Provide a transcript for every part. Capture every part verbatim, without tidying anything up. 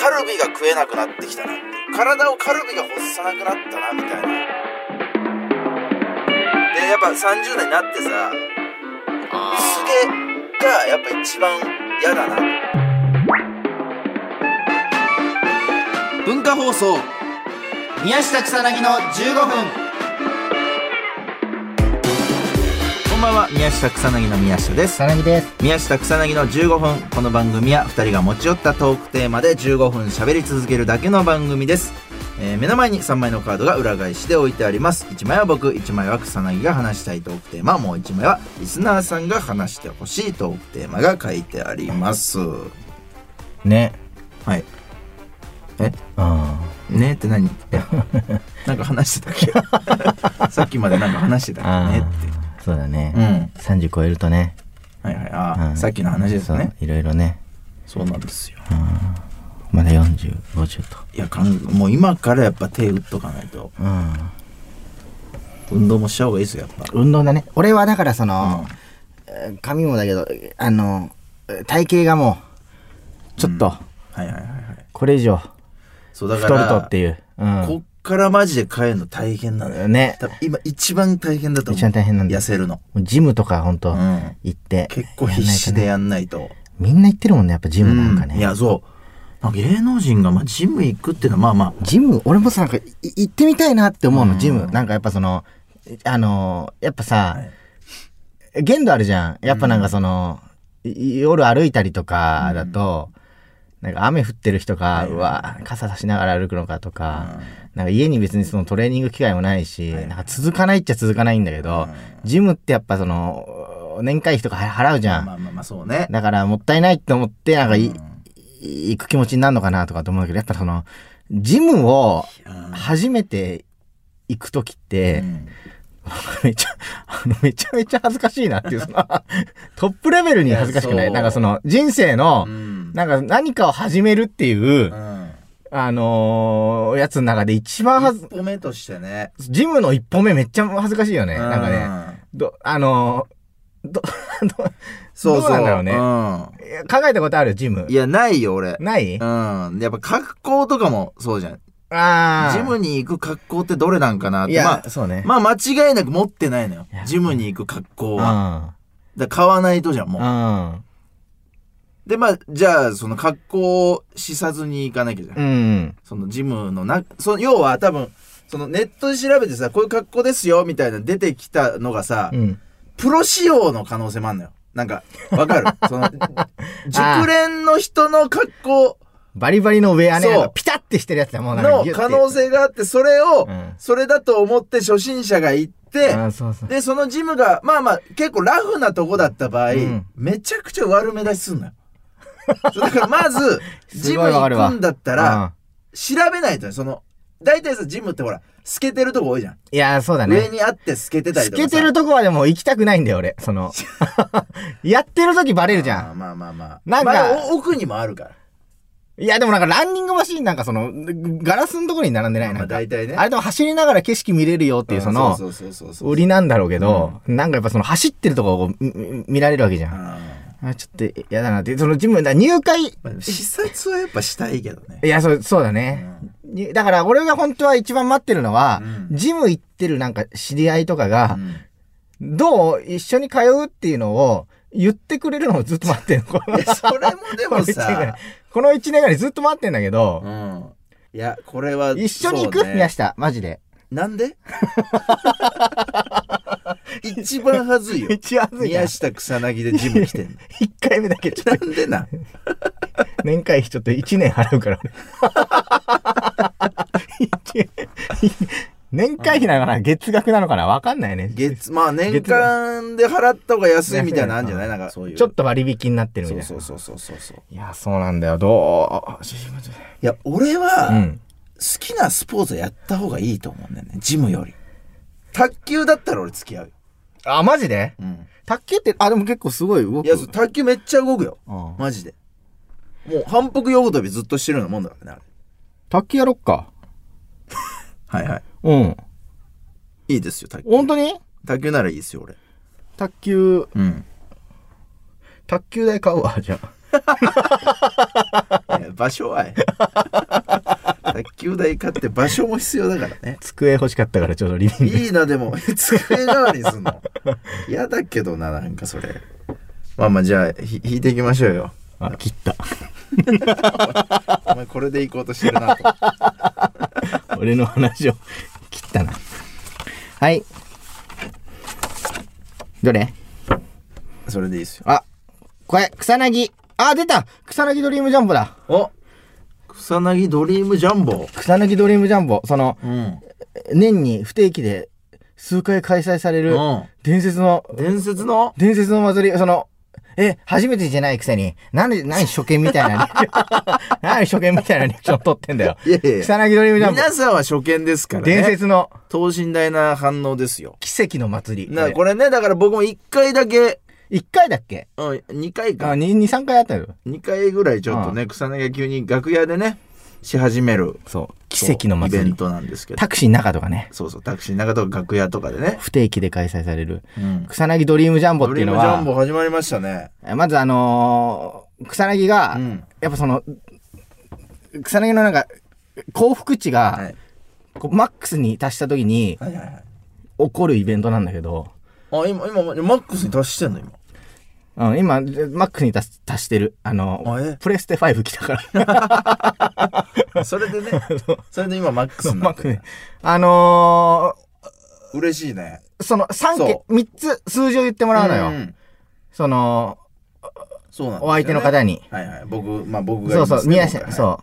カルビが食えなくなってきたなって、体をカルビが欲さなくなったなみたいな。でやっぱさんじゅう代になってさ、薄毛がやっぱ一番嫌だな。文化放送宮下草薙のじゅうごふん。こんばんは、宮下草薙の宮下です。 草薙です。 宮下草薙のじゅうごふん。この番組はふたりが持ち寄ったトークテーマでじゅうごふん喋り続けるだけの番組です。えー、目の前にさんまいのカードが裏返しで置いてあります。いちまいは僕、いちまいは草薙が話したいトークテーマ、もういちまいはリスナーさんが話してほしいトークテーマが書いてありますね。 はい。えあねって何なんか話してたっけさっきまでなんか話してたっけねって。 そうだね、うん、さんじゅう超えるとね、 はいはい、ああ、うん、さっきの話ですね。 いろいろね。 そうなんですよ。 まだよんじゅう、ごじゅうと。 いやかん、もう今からやっぱ手打っとかないと、うん、運動もした方がいいですよ、やっぱ。 運動だね。俺はだからその、うん、髪もだけど、あの体型がもうちょっと、うん、はいはいはいはい、これ以上そうだから太るとっていう、うん、 こっからマジで変えるの大変なのよね。今一番大変だと思う。 一番大変なんだ。 痩せるの。 ジムとかほんと、うん、行って結構必死でやんないと。 みんな行ってるもんね、やっぱジムなんかね。 うん、いやそう芸能人がまあジム行くっていうのはまあまあジム俺もさなんか行ってみたいなって思うの、うん、ジムなんかやっぱそのあのー、やっぱさ、はい、限度あるじゃん。やっぱなんかその、うん、夜歩いたりとかだと、うん、なんか雨降ってる人が、はい、うわ傘差しながら歩くのかとか、うん、なんか家に別にそのトレーニング機会もないし、はい、なんか続かないっちゃ続かないんだけど、うん、ジムってやっぱその年会費とか払うじゃん。 まあまあまあそうね。 だからもったいないって思ってなんかい、うん、行く気持ちになるのかなとかと思うんだけど、やっぱそのジムを初めて行くときって、うん、めちゃあのめちゃめちゃ恥ずかしいなっていうそのトップレベルに恥ずかしくない？なんかその人生の、うん、なんか何かを始めるっていう、うん、あのー、やつの中で一番はず一歩目としてね、 ジムの一歩目めっちゃ恥ずかしいよね。うん、なんかね、どあのーどどそうそう、 どうなんだろうね、うん、考えたことある？ジム。 いやないよ俺。 ない？ うん。やっぱ格好とかもそうじゃん。ああ。ジムに行く格好ってどれなんかなって。 いや、 まあそうね。 まあ間違いなく持ってないのよ。ジムに行く格好は。だから買わないとじゃんもう。うん。でまあじゃあその格好をしさずに行かなきゃじゃん。うん。そのジムのな、その要は多分そのネットで調べてさ、こういう格好ですよみたいな出てきたのがさ。うん、プロ仕様の可能性もあるのよ。なんか、わかるその、熟練の人の格好。 バリバリのウェアね、ピタッてしてるやつだもん。 の可能性があって、それを、うん、それだと思って初心者が行って、そうそうで、そのジムが、まあまあ、結構ラフなとこだった場合、うん、めちゃくちゃ悪目立ちすんのよ。だからまず、ジム行くんだったら、調べないとね、その、大体さ、ジムってほら、透けてるとこ多いじゃん。 いや、そうだね。 上にあって透けてたりとか。 透けてるとこはでも行きたくないんだよ、俺。その、やってる時バレるじゃん。 まあまあまあ。 なんか、 まあ、奥にもあるから。 いや、でもなんかランニングマシーンなんかその、ガラスのところに並んでない。なんか大体ね。 あれでも走りながら景色見れるよっていう、その、売りなんだろうけど、なんかやっぱその走ってるとこを見られるわけじゃん。あ、ちょっと嫌だなって。そのジム、入会。 視察はやっぱしたいけどね。 いや、そう、そうだね。うん、だから俺が本当は一番待ってるのは、うん、ジム行ってるなんか知り合いとかが、うん、どう一緒に通うっていうのを言ってくれるのをずっと待ってる。 いや、それもでもさ、 この一年ぐらいずっと待ってんだけど、 うん、いや、これは、 一緒に行く？宮下、マジで。 なんで一番はずいよ。 一番はずい。 宮下草薙でジム来てんの。 一回目だけちょっと。 なんでな。 年会費ちょっと一年払うから俺。年会費なのかな、月額なのかな、わかんないね。 月、まあ年間で払った方が安いみたいなのあるんじゃない？なんかそういう。 ちょっと割引になってるみたいな。 そうそうそうそうそう。 いや、そうなんだよ。どう？ いや、俺は、うん、好きなスポーツやった方がいいと思うんだよね。ジムより。卓球だったら俺付き合うよ。 あ、マジで？うん。卓球って、あ、でも結構すごい動く。 いや、卓球めっちゃ動くよ。うん、マジで。もう反復横跳びずっとしてるようなもんだからね、あれ。 卓球やろっか。 はいはい。 うん。 いいですよ、卓球。 本当に？ 卓球ならいいですよ、俺。 卓球。うん。卓球台買うわ、じゃあ。 場所は卓球台買って場所も必要だからね。 机欲しかったからちょうどリビング。 いいな、でも机代わりにすんの嫌だけどな、なんかそれ。まあまあ、じゃあひ引いていきましょうよ。 あ、切ったお前これでいこうとしてるなと俺の話を切ったな。はい、どれ？ それでいいですよ。 あ、これ草薙。あ、出た、草薙ドリームジャンボだ。 お、草薙ドリームジャンボ。 草薙ドリームジャンボ、その、 うん、 年に不定期で数回開催される伝説の、 うん、伝説の伝説の祭り。そのえ、初めてじゃないくせに、なんで、何初見みたいな、何初見みたいなリアクション取ってんだよ。 いやいやいや、 草薙ドリームジャンボ。 皆さんは初見ですからね。 伝説の。 等身大な反応ですよ。 奇跡の祭り。 なこれね、だから僕もいっかいだけ。 いっかいだっけ？ うん、にかいか。 あ、に、さんかいあったよ。 にかいぐらいちょっとね、草薙が急に楽屋でね、し始める。 そう。奇跡の祭り。 イベントなんですけど。 タクシーの中とかね。 そうそう、タクシーの中とか楽屋とかでね。 不定期で開催される。うん、草薙ドリームジャンボっていうのは。 ドリームジャンボ始まりましたね。 まずあのー、草薙が、うん、やっぱその、草薙のなんか、幸福値が、はい、こうマックスに達した時に、はいはいはい、起こるイベントなんだけど。 あ、今、今、マックスに達してんの今。 うん、今、マックスに達してる。あの、あプレステファイブ来たから。それでね、それで今マックスになってる。 あのー、嬉しいね。 そのさんけ、みっつ数字を言ってもらうのよ。うん、その、 そうなんですよね、 お相手の方に。 はいはい。僕、まあ僕が、ね。 そうそう、宮下、はい、そう。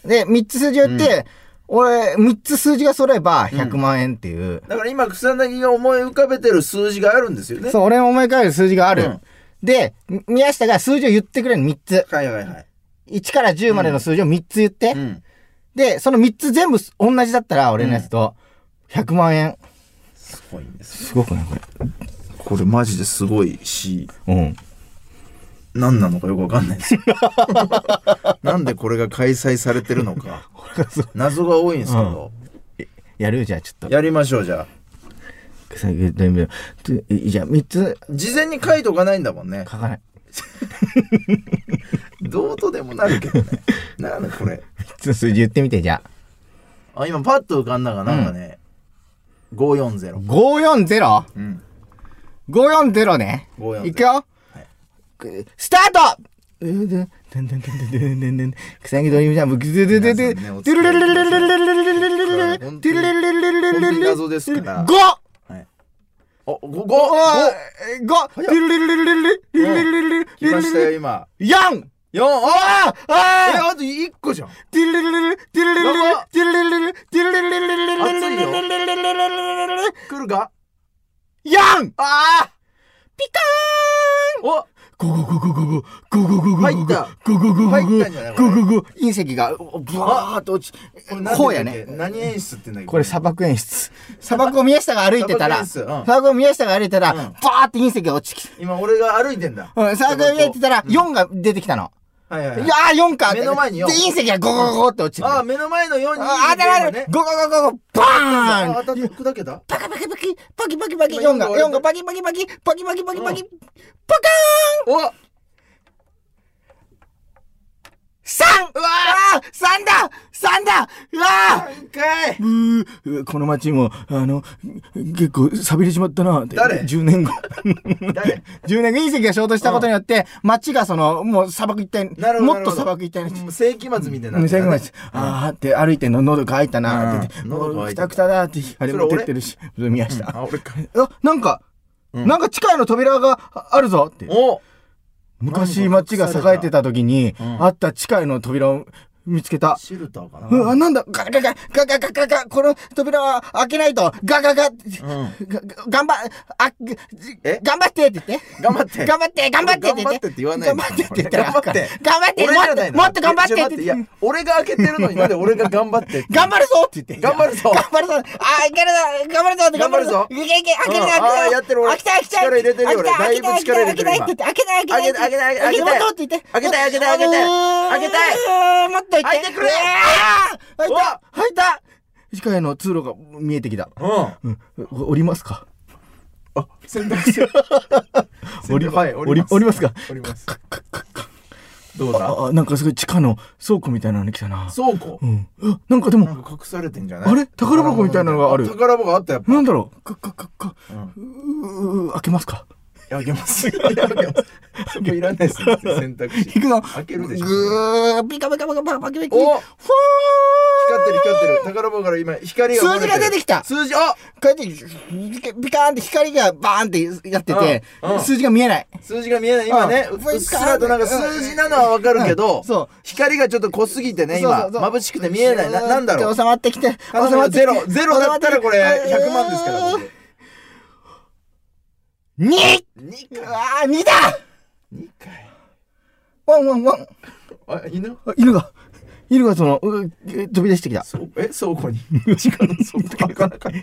で、みっつ数字を言って、うん、俺、みっつ数字が揃えばひゃくまんえんっていう。うん、 だから今、草薙が思い浮かべてる数字があるんですよね。 そう、俺の思い浮かべる数字がある。うん、で、宮下が数字を言ってくれるのみっつ。 はいはいはい。 いちからじゅうまでの数字をみっつ言って。うん、で、そのみっつ全部同じだったら、俺のやつと、ひゃくまんえん。 すごいんですよ。 すごくないこれ。 これマジですごいし、 うん。 何なのかよくわかんないですよ。なんでこれが開催されてるのか。謎が多いんですけど。 うん、やるじゃあちょっと。 やりましょう、じゃあ。 じゃあみっつ。 事前に書いとかないんだもんね。 書かない。 どうとでもなるけどね。なんだこれ。 みっつの数字言ってみて、じゃあ。あ、今パッと浮かんだがなんかね、うん、ごーよんゼロ。 ごーよんゼロ？ うん。ごーよんゼロね。いくよ、はい、スタート。えーで、でんでんでんでんでんでんでん。草薙ドリームジャンボ。ででででで。 本当に謎ですから。 ご。 お、ご、ご、ご、 ご、 来ましたよ、今。 よん！ よん！あああえ、あといっこじゃん。熱いよ。来るか？ よん！ ああピカーン！ おゴゴゴゴゴゴゴゴゴゴ入った。 ゴゴゴゴゴ入ったんじゃない？ ゴゴゴ隕石がブワーっと落ち、こうやね。 何演出って言うんだっけ？ これ砂漠演出。砂漠を宮下が歩いてたら、砂漠を宮下が歩いてたら、バーって隕石が落ちてきて。 今俺が歩いてんだ。 うん、砂漠を歩いてたら、よんが出てきたの。 はいはい。 いやー、よんか。 目の前によん。 で、隕石がゴゴゴゴって落ちてる。 ああ、目の前のよんに。 あ、当たる当たる。ゴゴゴゴゴ、バーン。 当たって砕けた？ パキパキパキ、パキパキパキ、よんが、よんがパキパキパキ、パキパキパキパキ、パカーン！ おさん！うわー !さん だ !さん だうわーさん かいブーこの街も、あの、結構錆びれちまったな。 誰 ? じゅう 年後。 誰 ? じゅう 年後隕石が衝突したことによって、街がその、もう砂漠一体、もっと砂漠一体に。世紀末みたいな。 世紀末。あーって歩いてんの、喉乾いたなって。 喉乾いた。 くたくただって、あれも出てるし、見ました。 あ、俺か。 あ、なんか、なんか地下への扉があるぞって。 お昔街が栄えてた時に、あった地下への扉を見つけた。 シェルターかな。 うん、なんだ、ガガガガガガガガこの扉は開けないと、ガガガ、うん、頑張、あ、え頑張ってって言って。 頑張って。 頑張って、頑張ってって言って。 頑張ってって言わない頑張ってって言ったら。 頑張って。 頑張って、もっと、もっと頑張ってって。 いや、俺が開けてるのになんで俺が頑張ってって。 頑張るぞって言って。 頑張るぞ。 頑張るぞ。あー、いけるぞ。頑張るぞって頑張るぞ。 いけいけ、開けるぞ。 あー、やってる俺。 開けたい、開けたい。 力入れてるよ俺。だいぶ力入れてる今。 開けたい、開けたい、開けたい。 開けたい、開けたい。 もっとって言って。 開けたい、開けたい、開けたい。開けたい。 もっと言って。 開いてくれ。 開いた開いた地下への通路が見えてきた。うん。降りますか？ あ、選択肢。 降り、はい、降りますか？ 降ります。 どうだあ、なんかすごい地下の倉庫みたいなのに来たな。 倉庫、 うん、あ、なんかでもなんか隠されてんじゃない？ あれ宝箱みたいなのがある。 宝箱あったやっぱ。 なんだろう、かかかか、うん、うー開けますか？ 開けます。開けます。そこいらないですね。選択肢。 行くの。 開けるでしょ。 ぐー、ピカピカピカピカピカピカ。 お、 ふわー。 光ってる光ってる。宝箱から今光が漏れてる。 数字が出てきた。 数字、あ、 こうやってピカーンって光がバーンってやってて、 うんうん、 数字が見えない。 数字が見えない。今ね、うっすらとなんか数字なのはわかるけど、そう。光がちょっと濃すぎてね、今眩しくて見えない。な、なんだろう。 収まってきて。収まってきて。ゼロ、ゼロだったらこれひゃくまんですから。 に！ にか。 あー、にだ！ にかい。 ワンワンワン。 あ、犬？ 犬が、犬がその、飛び出してきた。 え、倉庫に。地下の倉庫開かなかった。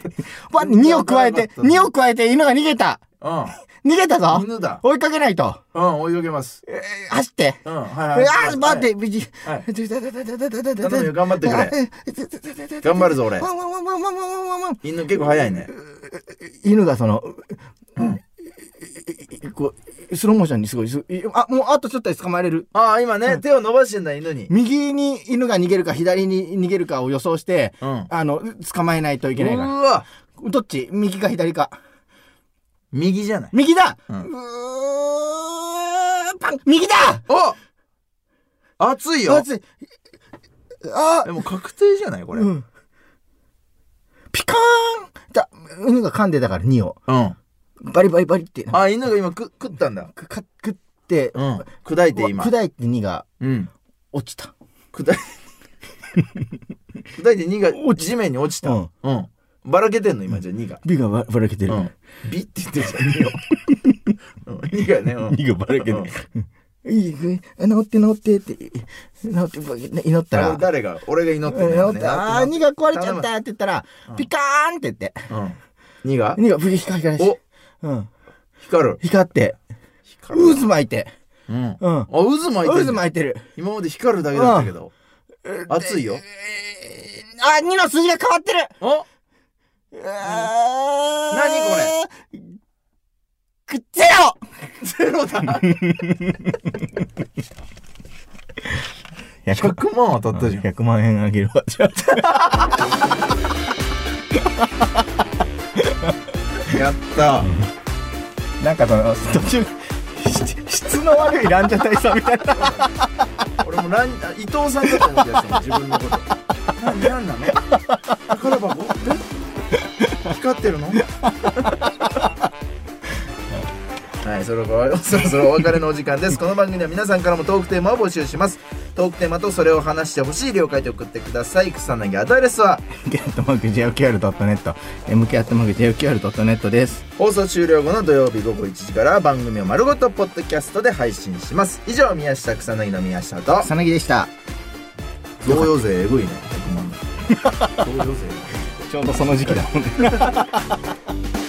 わ、にを加えて、にを加えて犬が逃げた。 うん。 逃げたぞ。 犬だ。 追いかけないと。 うん、追いかけます。 えー、走って。 うん、はいはい。 あー、待って、ビジ。 はい。頼むよ、頑張ってくれ。頑張るぞ、俺。犬結構早いね。 犬がその、こう、スローモーションにすごい、あ、もうあとちょっとで捕まえれる。 ああ、今ね、手を伸ばしてんだ、犬に。 右に犬が逃げるか、左に逃げるかを予想して、あの、捕まえないといけないから。うわ。どっち？右か左か。 右じゃない？ 右だ！うー、パン！右だ！ お！熱いよ！ 熱い。あ！ でも確定じゃないこれ。うん。 ピカーン！だ、犬が噛んでたからにを。うん。バリバリバリって。 あ、犬が今く食ったんだ。 く、か、食って、 うん。砕いて今。 砕いてにが、うん。落ちた。 砕いて、砕いてにが地面に落ちた。うん。うん。ばらけてんの今じゃにが。 ビがばらけてる。うん。 ビって言ってるじゃん、にを。にがね、うん。 にがばらけてる。いい、治って治ってって、治って祈ったら。 誰が俺が祈ってる。 祈った。あー、にが壊れちゃったって言ったら、ピカーンって言って。うん。 にが ? にが、ブギ光る光る。 お、うん。光る。 光って。 光る。 渦巻いて。 うん。うん。あ、渦巻いてる。 渦巻いてる。 今まで光るだけだったけど。熱いよ。 あ、にの数字が変わってる。 お、何これ？ く、ゼロ！ ゼロだ。ひゃくまん当たったじゃん。 ひゃくまんえんあげるわ。じゃやった。 なんかその途中質の悪いランジャタイさんみたいな。 俺もラン伊藤さんだと思ってやつも自分のこと。何何なの？宝箱？え？光ってるの？はい、そろそろそろそろお別れのお時間です。この番組では皆さんからもトークテーマを募集します。トークテーマとそれを話してほしい了解で送ってください。草薙アドレスはエムケー アットマーク ジェイオーキューアール ドットネット エムケー アットマーク ジェイオーキューアール ドットネット です。 放送終了後の土曜日午後いちじから番組を丸ごとポッドキャストで配信します。以上、宮下草薙の宮下と草薙でした。 贈与税えぐいね。贈与税ちょうどその時期だもんね。